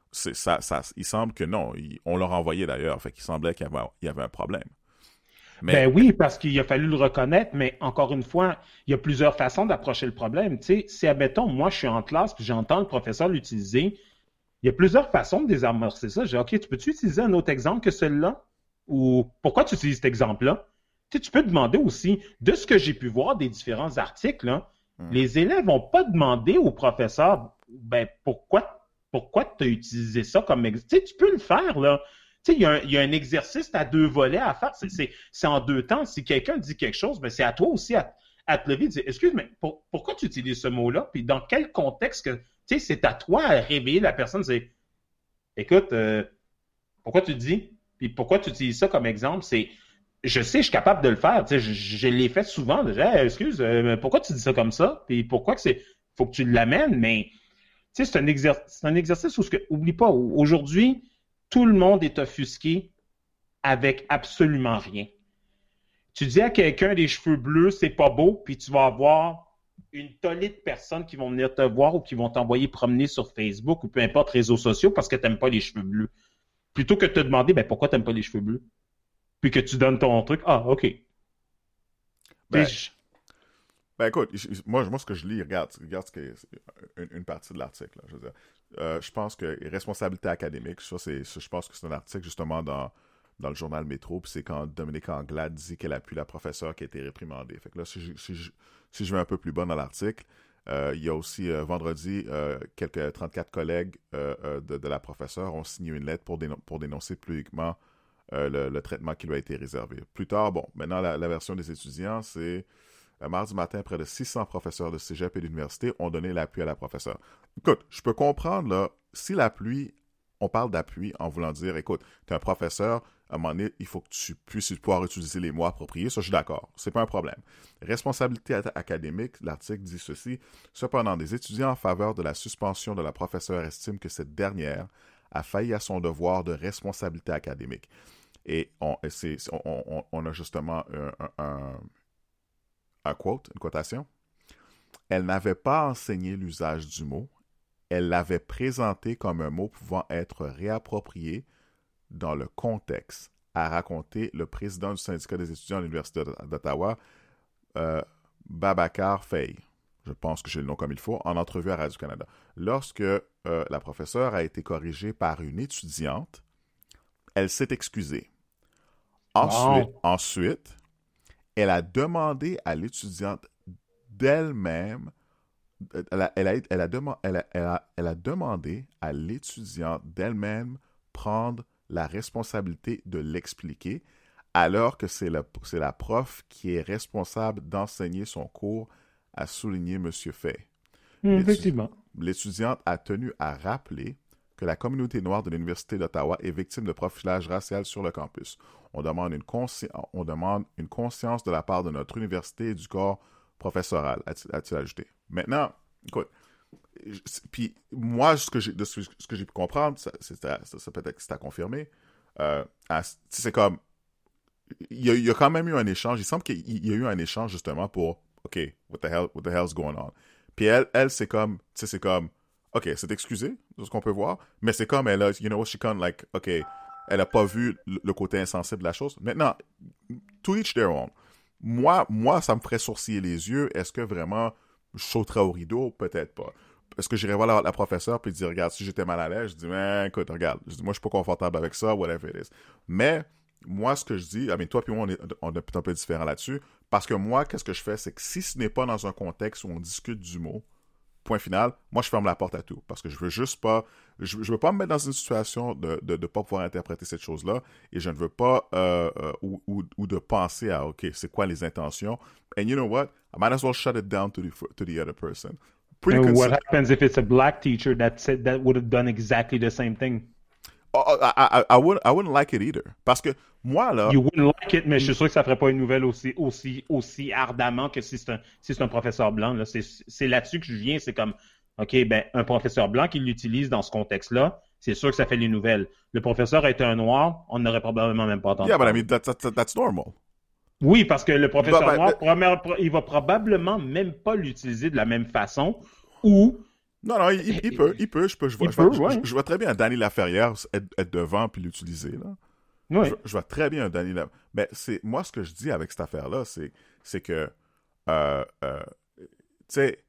il semble que non, on leur envoyé d'ailleurs, fait qu'il semblait qu'il y avait un problème. Mais, Ben oui, parce qu'il a fallu le reconnaître, mais encore une fois, il y a plusieurs façons d'approcher le problème. Tu sais, si, admettons, moi, je suis en classe puis j'entends le professeur l'utiliser, il y a plusieurs façons de désamorcer ça. J'ai OK, tu peux-tu utiliser un autre exemple que celui-là? Ou pourquoi tu utilises cet exemple-là? Tu sais, tu peux demander aussi, de ce que j'ai pu voir des différents articles, là, les élèves n'ont pas demandé au professeur, ben, pourquoi tu as utilisé ça comme exemple? Tu sais, tu peux le faire, là. Tu sais, il y a un exercice à deux volets à faire. C'est en deux temps. Si quelqu'un dit quelque chose, ben, c'est à toi aussi à te lever et dire, excuse, mais pourquoi tu utilises ce mot-là? Puis dans quel contexte que, tu sais, c'est à toi à réveiller la personne. C'est, écoute, pourquoi tu dis? Puis pourquoi tu utilises ça comme exemple? C'est, je sais, je suis capable de le faire. Tu sais, je l'ai fait souvent. Déjà, hey, excuse, pourquoi tu dis ça comme ça? Puis pourquoi que faut que tu l'amènes? Mais, tu sais, c'est un exercice où, oublie pas, aujourd'hui, tout le monde est offusqué avec absolument rien. Tu dis à quelqu'un des cheveux bleus, c'est pas beau, puis tu vas avoir une tollée de personnes qui vont venir te voir ou qui vont t'envoyer promener sur Facebook ou peu importe réseaux sociaux parce que t'aimes pas les cheveux bleus. Plutôt que de te demander ben, pourquoi t'aimes pas les cheveux bleus. Puis que tu donnes ton truc. Ah, OK. ben, ben écoute, moi, ce que je lis, regarde une partie de l'article, là, je veux dire. Je pense que responsabilité académique, je pense que c'est un article justement dans le journal Métro, puis c'est quand Dominique Anglade dit qu'elle appuie la professeure qui a été réprimandée. Fait que là, si je vais un peu plus bas dans l'article, il y a aussi vendredi, quelques 34 collègues de la professeure ont signé une lettre pour dénoncer publiquement le traitement qui lui a été réservé. Plus tard, bon, maintenant la version des étudiants, c'est mardi matin, près de 600 professeurs de cégep et d'université ont donné l'appui à la professeure. Écoute, je peux comprendre, là, si l'appui, on parle d'appui en voulant dire, écoute, tu es un professeur, à un moment donné, il faut que tu puisses pouvoir utiliser les mots appropriés. Ça, je suis d'accord. C'est pas un problème. Responsabilité académique, l'article dit ceci. Cependant, des étudiants en faveur de la suspension de la professeure estiment que cette dernière a failli à son devoir de responsabilité académique. Et on a justement un quote, une quotation. Elle n'avait pas enseigné l'usage du mot, elle l'avait présenté comme un mot pouvant être réapproprié dans le contexte, a raconté le président du syndicat des étudiants à l'Université d'Ottawa, Babacar Faye. Je pense que j'ai le nom comme il faut, en entrevue à Radio-Canada. Lorsque la professeure a été corrigée par une étudiante, elle s'est excusée. Ensuite, elle a demandé à l'étudiante d'elle-même, elle a demandé à l'étudiante d'elle-même prendre la responsabilité de l'expliquer, alors que c'est la prof qui est responsable d'enseigner son cours, a souligné M. Fay. Effectivement. L'étudiante a tenu à rappeler que la communauté noire de l'Université d'Ottawa est victime de profilage racial sur le campus. On demande une conscience de la part de notre université et du corps professoral, a-t-il ajouté. Maintenant, écoute, puis moi, ce que j'ai pu comprendre, ça peut-être que c'est à confirmer, c'est comme, il y a quand même eu un échange, il semble qu'il y a eu un échange justement pour, OK, what the hell's going on? Puis elle c'est comme, tu sais, c'est comme, OK, c'est excusé, de ce qu'on peut voir, mais c'est comme, elle a, you know, she kind of like, OK, elle a pas vu le côté insensible de la chose. Maintenant, to each their own. Moi, ça me ferait sourciller les yeux. Est-ce que vraiment je sauterais au rideau? Peut-être pas. Est-ce que j'irais voir la professeure puis dire, regarde, si j'étais mal à l'aise, je dis, mais écoute, regarde, moi, je suis pas confortable avec ça, whatever it is. Mais, moi, ce que je dis, toi puis moi, on est un peu différents là-dessus, parce que moi, qu'est-ce que je fais, c'est que si ce n'est pas dans un contexte où on discute du mot, point final, moi, je ferme la porte à tout, parce que je veux juste pas, je veux pas me mettre dans une situation de pas pouvoir interpréter cette chose-là, et je ne veux pas, ou de penser à, OK, c'est quoi les intentions, and you know what, I might as well shut it down to the other person. And what happens if it's a black teacher that would have done exactly the same thing? I wouldn't like it either. Parce que moi, là... You wouldn't like it, mais je suis sûr que ça ferait pas une nouvelle aussi ardemment que si c'est un professeur blanc. Là. C'est là-dessus que je viens. C'est comme, OK, ben, un professeur blanc qui l'utilise dans ce contexte-là, c'est sûr que ça fait les nouvelles. Le professeur était un noir, on n'aurait probablement même pas entendu. Yeah, but I mean, that's normal. Oui, parce que le professeur noir, il va probablement même pas l'utiliser de la même façon ou... Non, il peut. Je vois très bien Danny Laferrière être devant puis l'utiliser, là. Oui. Je vois très bien Danny Laferrière. Mais moi, ce que je dis avec cette affaire-là, c'est que, tu sais,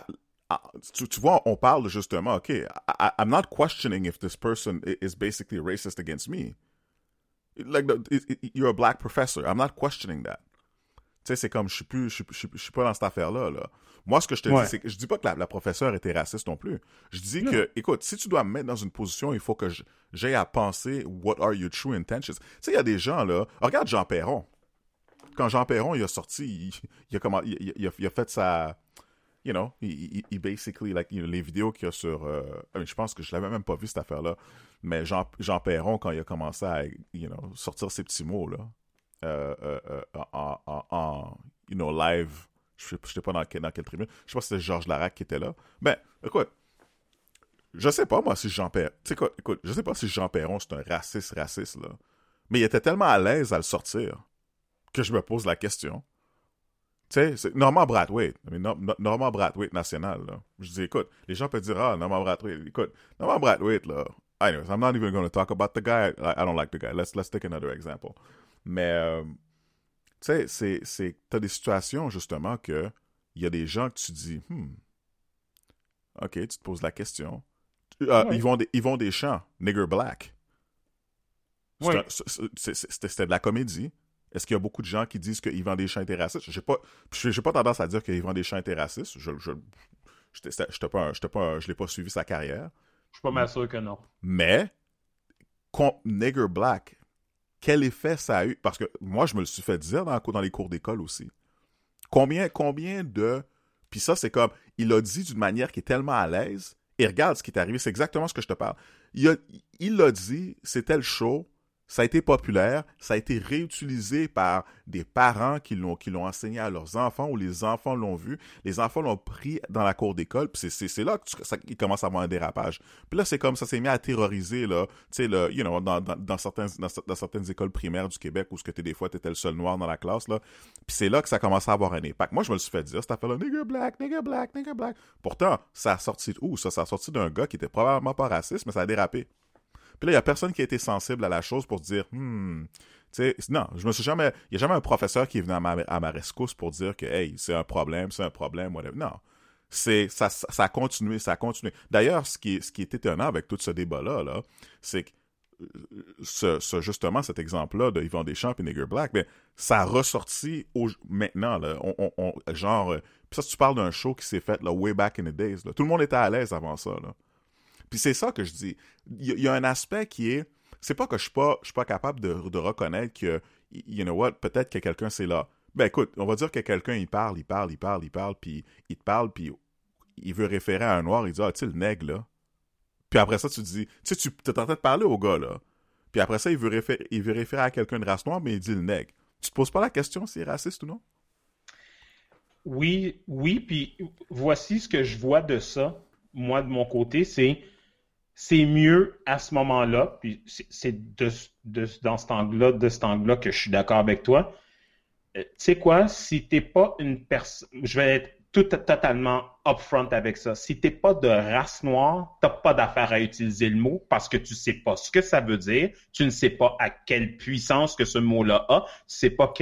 tu vois, on parle justement, OK, I'm not questioning if this person is basically racist against me. Like, you're a black professor. I'm not questioning that. Tu sais, c'est comme, je suis pas dans cette affaire-là, là. Moi, ce que je te dis, c'est que je dis pas que la professeure était raciste non plus. Je dis que, écoute, si tu dois me mettre dans une position, il faut que j'aie à penser, what are your true intentions? Tu sais, il y a des gens, là, regarde Jean Perron. Quand Jean Perron, il a sorti, il a fait sa, you know, il basically, like, you know, les vidéos qu'il y a sur, je pense que je l'avais même pas vu, cette affaire-là, mais Jean Perron, quand il a commencé à, you know, sortir ses petits mots, là, en you know, live, je sais pas dans quelle tribune, je sais pas si c'était Georges Larac qui était là, mais écoute, je sais pas moi si Jean Perron, écoute, je sais pas si Jean Perron c'est un raciste là, mais il était tellement à l'aise à le sortir que je me pose la question. Tu sais, c'est Normand Brathwaite, Normand Brathwaite national, là. Je dis, écoute, les gens peuvent dire, Normand Brathwaite, écoute, Normand Brathwaite, là, anyways, I'm not even going to talk about the guy, I don't like the guy, let's take another example. Mais, tu sais, t'as des situations, justement, que il y a des gens que tu dis, OK, tu te poses la question. Yvon Deschamps, Nigger Black. C'était de la comédie. Est-ce qu'il y a beaucoup de gens qui disent que Yvan Deschamps était raciste? J'ai pas tendance à dire que Yvan Deschamps était raciste. Je l'ai pas suivi sa carrière. Je suis pas mal sûr que non. Mais, Nigger Black, quel effet ça a eu? Parce que moi, je me le suis fait dire dans les cours d'école aussi. Combien de... Puis ça, c'est comme... Il a dit d'une manière qui est tellement à l'aise. Et regarde ce qui est arrivé. C'est exactement ce que je te parle. Il l'a dit, c'était le show. Ça a été populaire. Ça a été réutilisé par des parents qui l'ont enseigné à leurs enfants ou les enfants l'ont vu. Les enfants l'ont pris dans la cour d'école. Puis c'est là qu'il commence à avoir un dérapage. Puis là, c'est comme ça s'est mis à terroriser, là, tu sais, you know, dans certaines écoles primaires du Québec où des fois, t'étais le seul noir dans la classe, là. Puis c'est là que ça commençait à avoir un impact. Moi, je me le suis fait dire, cette affaire-là, nigger black, nigger black, nigger black. Pourtant, ça a sorti de où? Ça a sorti d'un gars qui était probablement pas raciste, mais ça a dérapé. Puis là, il n'y a personne qui a été sensible à la chose pour dire, tu sais, non, il n'y a jamais un professeur qui est venu à ma rescousse pour dire que, hey, c'est un problème, whatever. Non. Ça a continué. D'ailleurs, ce qui est étonnant avec tout ce débat-là, là, c'est que justement, cet exemple-là de Yvon Deschamps et Nigger Black, ben, ça a ressorti maintenant, là, genre, puis ça, tu parles d'un show qui s'est fait, là, way back in the days, là. Tout le monde était à l'aise avant ça, là. Puis c'est ça que je dis. Il y a un aspect qui est... C'est pas que je suis pas capable de reconnaître que, you know what, peut-être que quelqu'un, c'est là. Ben écoute, on va dire que quelqu'un, il parle, puis il te parle, puis il veut référer à un noir, il dit, tu sais, le nègre, là. Puis après ça, tu te dis, tu sais, tu es en train de parler au gars, là. Puis après ça, il veut référer à quelqu'un de race noire, mais il dit le nègre. Tu te poses pas la question s'il est raciste ou non? Oui, oui, puis voici ce que je vois de ça, moi de mon côté, c'est mieux à ce moment-là, puis c'est dans cet angle-là que je suis d'accord avec toi. Tu sais quoi, si t'es pas une personne, je vais être totalement upfront avec ça. Si t'es pas de race noire, t'as pas d'affaire à utiliser le mot parce que tu sais pas ce que ça veut dire, tu ne sais pas à quelle puissance que ce mot-là a, tu sais pas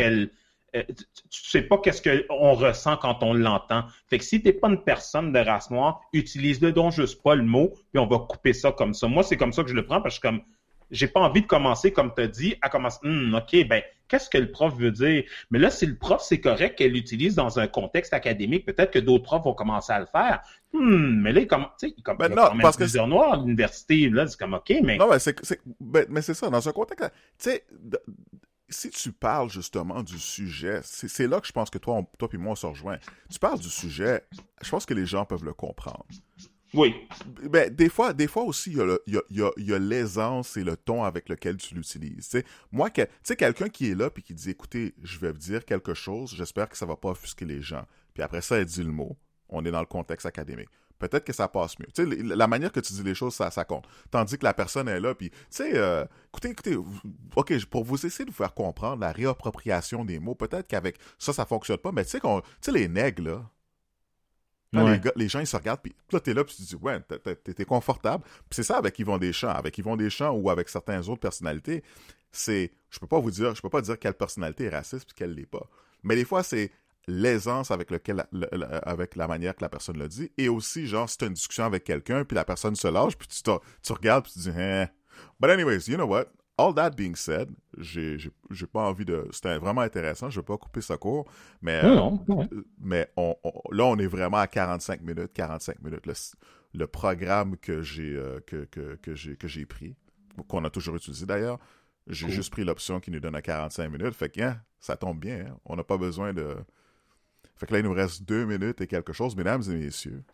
tu sais pas qu'est-ce qu'on ressent quand on l'entend. Fait que si t'es pas une personne de race noire, utilise-le donc juste pas le mot, puis on va couper ça comme ça. Moi, c'est comme ça que je le prends parce que j'ai pas envie de commencer, comme tu as dit, à commencer. OK, ben, qu'est-ce que le prof veut dire? Mais là, si le prof, c'est correct qu'elle l'utilise dans un contexte académique, peut-être que d'autres profs vont commencer à le faire. Mais là, il y a quand même plusieurs noirs à l'université. Là, c'est comme OK, mais. Non, mais c'est ça. Dans un contexte. Tu sais, si tu parles justement du sujet, c'est là que je pense que toi puis moi, on se rejoint. Tu parles du sujet, je pense que les gens peuvent le comprendre. Oui. Ben, des fois aussi, il y a l'aisance et le ton avec lequel tu l'utilises. T'sais. Moi, tu sais, quelqu'un qui est là puis qui dit, écoutez, je vais dire quelque chose, j'espère que ça va pas offusquer les gens. Puis après ça, elle dit le mot. On est dans le contexte académique. Peut-être que ça passe mieux. Tu sais, la manière que tu dis les choses, ça compte. Tandis que la personne est là, puis, tu sais, écoutez, OK, pour vous essayer de vous faire comprendre la réappropriation des mots, peut-être qu'avec ça fonctionne pas, mais tu sais, les nègres, là, Ouais. les gens, ils se regardent, puis là, t'es là, puis tu te dis, ouais, t'es confortable. Puis c'est ça avec Yvon Deschamps. Avec Yvon Deschamps ou avec certaines autres personnalités, je peux pas dire quelle personnalité est raciste puis qu'elle l'est pas. Mais des fois, c'est l'aisance avec avec la manière que la personne le dit. Et aussi, genre, si t'as une discussion avec quelqu'un, puis la personne se lâche, puis tu regardes, puis tu dis, eh. But anyways, you know what? All that being said, j'ai pas envie de... C'était vraiment intéressant, je vais pas couper ça court, mais, Non, ouais. mais là, on est vraiment à 45 minutes. Le programme que j'ai pris, qu'on a toujours utilisé d'ailleurs, j'ai Cool. juste pris l'option qui nous donne à 45 minutes, fait que hein, ça tombe bien, hein, on n'a pas besoin de... Fait que là, il nous reste 2 minutes et quelque chose, mesdames et messieurs.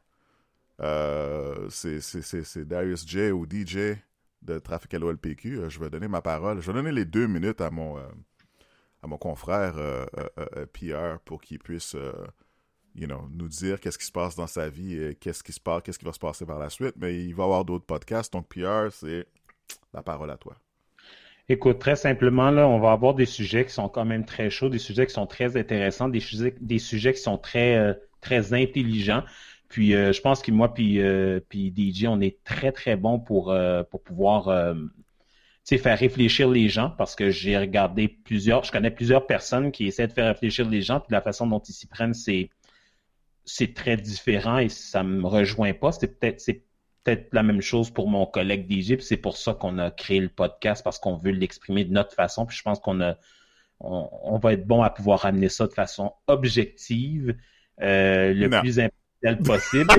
C'est Darius J ou DJ de Trafic LOLPQ. Je vais donner ma parole. Je vais donner les 2 minutes à mon confrère PR pour qu'il puisse nous dire qu'est-ce qui se passe dans sa vie et qu'est-ce qui va se passer par la suite. Mais il va y avoir d'autres podcasts. Donc, PR, c'est la parole à toi. Écoute, très simplement, là, on va avoir des sujets qui sont quand même très chauds, des sujets qui sont très intéressants, des sujets qui sont très intelligents. Puis je pense que moi puis DJ, on est très très bon pour pouvoir faire réfléchir les gens parce que je connais plusieurs personnes qui essaient de faire réfléchir les gens, puis la façon dont ils s'y prennent, c'est très différent et ça me rejoint pas. C'est peut-être la même chose pour mon collègue DJ, puis c'est pour ça qu'on a créé le podcast parce qu'on veut l'exprimer de notre façon. Puis je pense on va être bon à pouvoir amener ça de façon objective, plus impartial possible.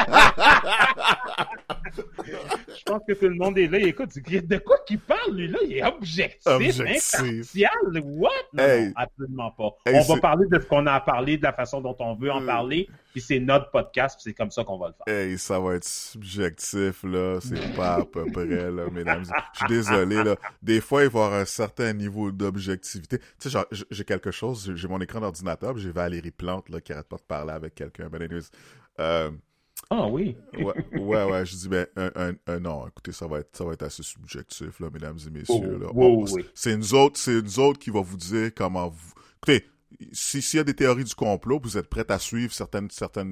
Je pense que tout le monde est là. Écoute, de quoi qu'il parle, lui, là? Il est objectif. Impartial. What? Non, absolument pas. On va parler de ce qu'on a à parler, de la façon dont on veut en parler, puis c'est notre podcast, puis c'est comme ça qu'on va le faire. Hey, ça va être subjectif, là. C'est pas à peu près, là, mesdames. Je suis désolé, là. Des fois, il va y avoir un certain niveau d'objectivité. Tu sais, genre, j'ai quelque chose, j'ai mon écran d'ordinateur, puis j'ai Valérie Plante, là, qui arrête pas de parler avec quelqu'un. Ben, anyways, ah oui. ouais, je dis, ben, non, écoutez, ça va être assez subjectif, là, mesdames et messieurs, là. Oui. C'est nous autres qui va vous dire comment vous... Écoutez, s'il y a des théories du complot, vous êtes prêts à suivre certaines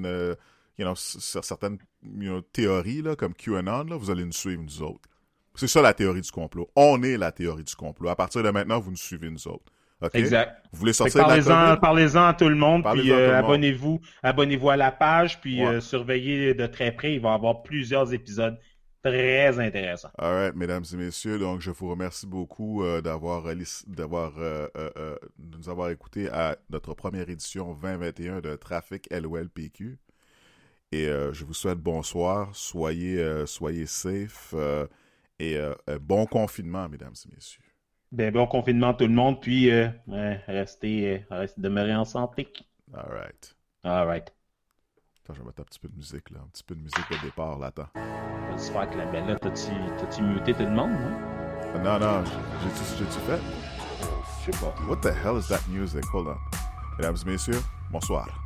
théories, là, comme QAnon, là, vous allez nous suivre, nous autres. C'est ça, la théorie du complot. On est la théorie du complot. À partir de maintenant, vous nous suivez, nous autres. Okay? Exact. Vous voulez sortir de la COVID? Parlez-en à tout le monde, puis abonnez-vous à la page, puis surveillez de très près. Il va y avoir plusieurs épisodes très intéressants. All right, mesdames et messieurs, donc je vous remercie beaucoup de nous avoir écoutés à notre première édition 2021 de Trafic LOLPQ. Et je vous souhaite bonsoir, soyez safe et bon confinement, mesdames et messieurs. Ben, bon confinement tout le monde, puis restez demeurez en santé. All right. All right. Attends, je vais mettre un petit peu de musique, là. Un petit peu de musique de départ, là, attends. Vas-y faire que la belle là, t'as-tu muté tout le monde, non? Non, j'ai-tu fait? Je sais pas. What the hell is that music? Hold on. Mesdames et messieurs, bonsoir.